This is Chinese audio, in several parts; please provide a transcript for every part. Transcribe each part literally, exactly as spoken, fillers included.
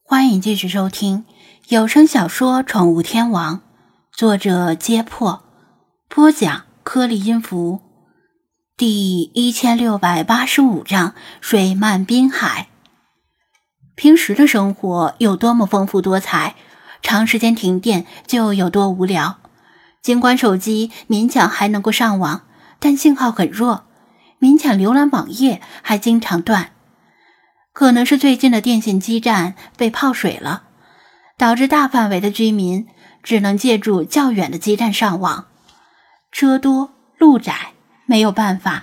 欢迎继续收听有声小说《宠物天王》，作者揭破，播讲颗粒音符，第一千六百八十五章水漫滨海。平时的生活有多么丰富多彩，长时间停电就有多无聊。尽管手机勉强还能够上网，但信号很弱，勉强浏览网页还经常断。可能是最近的电信基站被泡水了，导致大范围的居民只能借助较远的基站上网，车多路窄，没有办法。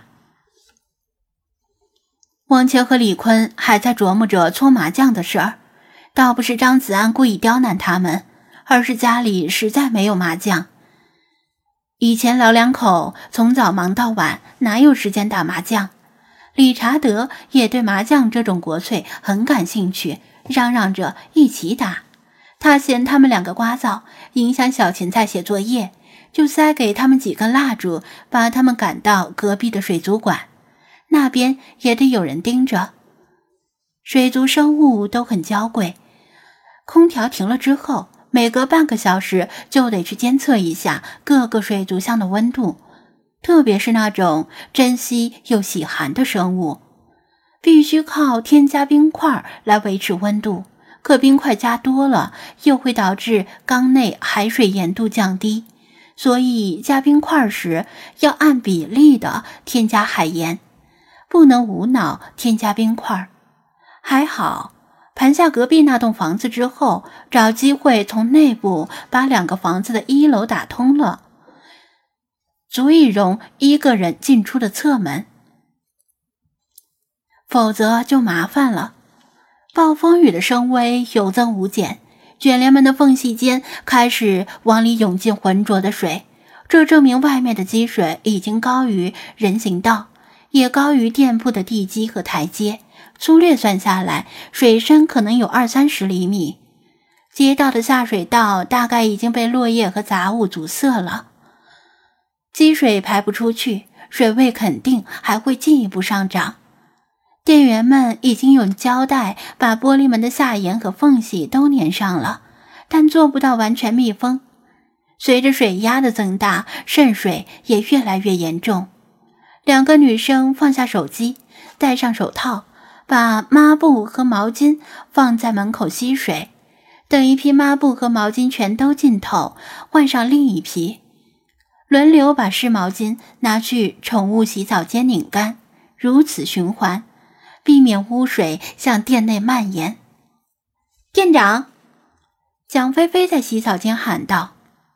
王谦和李坤还在琢磨着搓麻将的事儿，倒不是张子安故意刁难他们，而是家里实在没有麻将。以前老两口从早忙到晚，哪有时间打麻将？理查德也对麻将这种国粹很感兴趣，嚷嚷着一起打。他嫌他们两个聒噪，影响小芹菜写作业，就塞给他们几根蜡烛，把他们赶到隔壁的水族馆，那边也得有人盯着。水族生物都很娇贵，空调停了之后，每隔半个小时就得去监测一下各个水族箱的温度，特别是那种珍稀又喜寒的生物，必须靠添加冰块来维持温度，可冰块加多了又会导致缸内海水盐度降低，所以加冰块时要按比例的添加海盐，不能无脑添加冰块。还好盘下隔壁那栋房子之后，找机会从内部把两个房子的一楼打通了，足以容一个人进出的侧门，否则就麻烦了。暴风雨的声威有增无减，卷帘门的缝隙间开始往里涌进浑浊的水，这证明外面的积水已经高于人行道，也高于店铺的地基和台阶，粗略算下来，水深可能有二三十厘米。街道的下水道大概已经被落叶和杂物阻塞了，积水排不出去，水位肯定还会进一步上涨。店员们已经用胶带把玻璃门的下沿和缝隙都粘上了，但做不到完全密封。随着水压的增大，渗水也越来越严重。两个女生放下手机，戴上手套，把抹布和毛巾放在门口吸水，等一批抹布和毛巾全都浸透，换上另一批，轮流把湿毛巾拿去宠物洗澡间拧干，如此循环，避免污水向店内蔓延。店长，蒋菲菲在洗澡间喊道。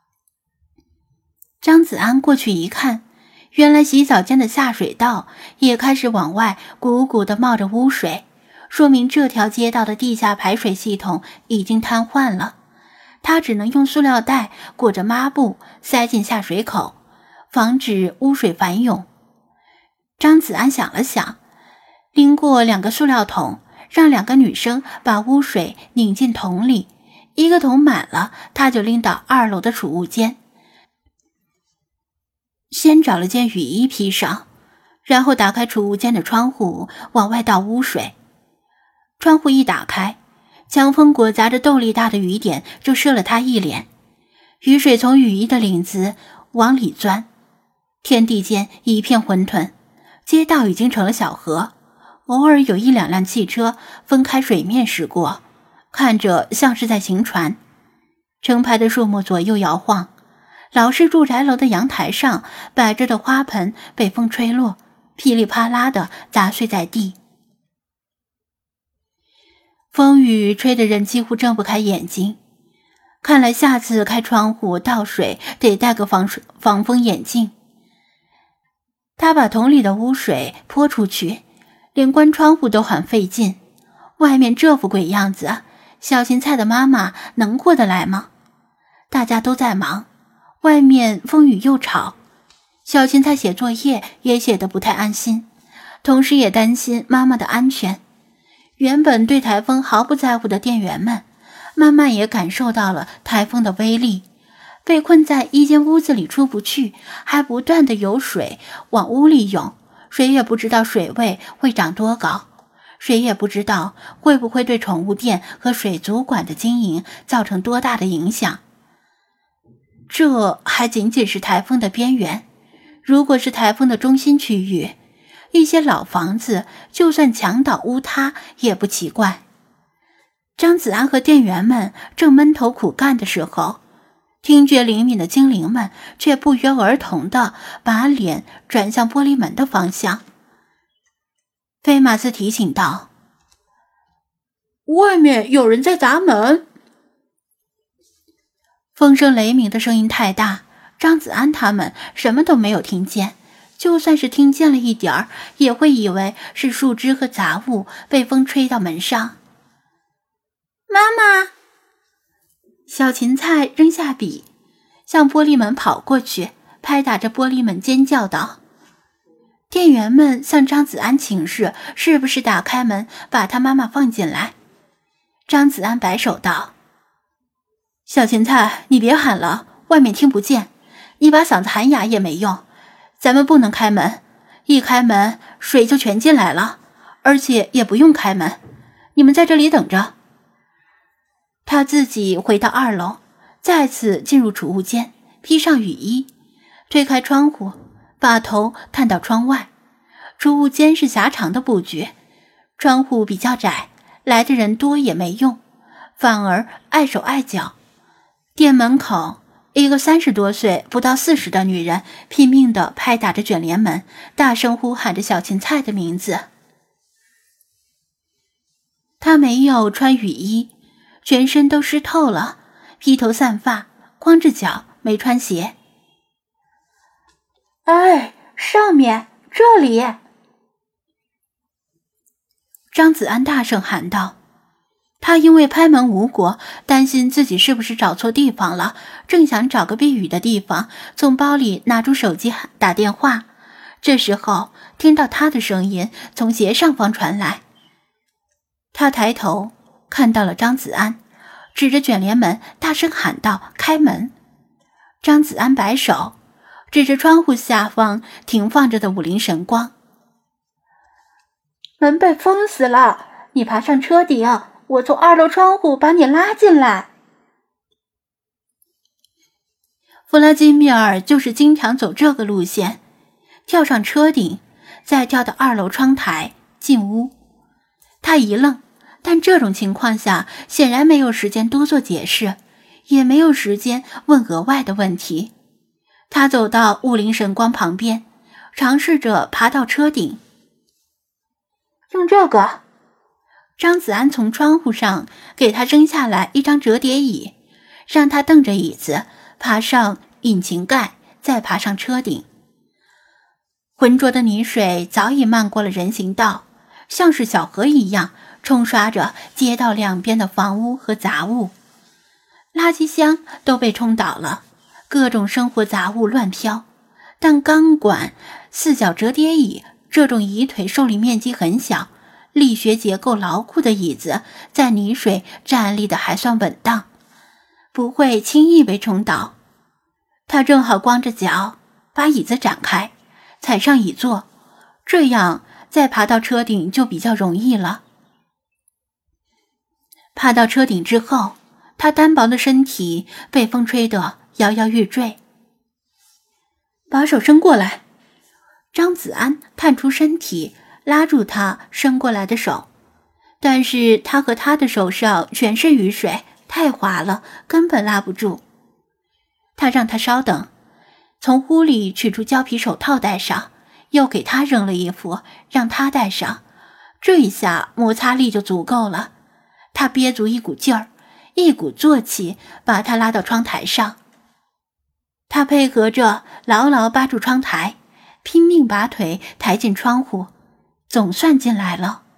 张子安过去一看，原来洗澡间的下水道也开始往外鼓鼓地冒着污水，说明这条街道的地下排水系统已经瘫痪了。他只能用塑料袋裹着抹布塞进下水口，防止污水反涌。张子安想了想，拎过两个塑料桶，让两个女生把污水拧进桶里，一个桶满了，他就拎到二楼的储物间，先找了件雨衣披上，然后打开储物间的窗户往外倒污水。窗户一打开，强风裹夹着豆粒大的雨点就射了他一脸，雨水从雨衣的领子往里钻，天地间一片混沌，街道已经成了小河，偶尔有一两辆汽车分开水面驶过，看着像是在行船。成排的树木左右摇晃，老式住宅楼的阳台上摆着的花盆被风吹落，噼里啪啦地砸碎在地。风雨吹得人几乎睁不开眼睛，看来下次开窗户倒水得带个防水防风眼镜。他把桶里的污水泼出去，连关窗户都很费劲，外面这副鬼样子，小芹菜的妈妈能过得来吗？大家都在忙，外面风雨又吵，小芹菜写作业也写得不太安心，同时也担心妈妈的安全。原本对台风毫不在乎的店员们，慢慢也感受到了台风的威力，被困在一间屋子里出不去，还不断的有水往屋里涌，谁也不知道水位会涨多高。 谁也不知道会不会对宠物店和水族馆的经营造成多大的影响。这还仅仅是台风的边缘，如果是台风的中心区域，一些老房子就算墙倒屋塌也不奇怪。张子安和店员们正闷头苦干的时候，听觉灵敏的精灵们却不约而同地把脸转向玻璃门的方向。菲马斯提醒道： 外面有人在砸门。 风声雷鸣的声音太大，张子安他们什么都没有听见，就算是听见了一点儿，也会以为是树枝和杂物被风吹到门上。妈妈！小芹菜扔下笔，向玻璃门跑过去，拍打着玻璃门尖叫道。店员们向张子安请示是不是打开门把他妈妈放进来。张子安摆手道：小芹菜，你别喊了，外面听不见，你把嗓子喊哑也没用，咱们不能开门，一开门水就全进来了，而且也不用开门，你们在这里等着。他自己回到二楼，再次进入储物间，披上雨衣，推开窗户，把头探到窗外。储物间是狭长的布局，窗户比较窄，来的人多也没用，反而碍手碍脚。店门口，一个三十多岁不到四十的女人拼命地拍打着卷帘门，大声呼喊着小芹菜的名字。她没有穿雨衣，全身都湿透了，披头散发，光着脚，没穿鞋。 哎，上面，这里！ 张子安大声喊道。他因为拍门无果，担心自己是不是找错地方了，正想找个避雨的地方，从包里拿出手机打电话。这时候听到他的声音从斜上方传来，他抬头看到了张子安，指着卷帘门大声喊道：开门！张子安摆手，指着窗户下方停放着的武林神光。 门被封死了，你爬上车顶，我从二楼窗户把你拉进来。 弗拉基米尔就是经常走这个路线，跳上车顶，再跳到二楼窗台进屋。他一愣，但这种情况下显然没有时间多做解释，也没有时间问额外的问题。他走到雾灵神光旁边，尝试着爬到车顶。 用这个。 张子安从窗户上给他扔下来一张折叠椅，让他蹬着椅子爬上引擎盖，再爬上车顶。浑浊的泥水早已漫过了人行道，像是小河一样冲刷着街道两边的房屋和杂物。垃圾箱都被冲倒了，各种生活杂物乱飘，但钢管、四角折叠椅这种椅腿受力面积很小、力学结构牢固的椅子，在泥水站立的还算稳当，不会轻易被冲倒。他正好光着脚，把椅子展开，踩上椅座，这样再爬到车顶就比较容易了。爬到车顶之后，他单薄的身体被风吹得摇摇欲坠。把手伸过来。张子安探出身体，拉住他伸过来的手，但是他和他的手上全是雨水，太滑了，根本拉不住。他让他稍等，从屋里取出胶皮手套戴上，又给他扔了一副，让他戴上。这一下摩擦力就足够了，他憋足一股劲儿，一鼓作气把他拉到窗台上。他配合着牢牢扒住窗台，拼命把腿抬进窗户，总算进来了。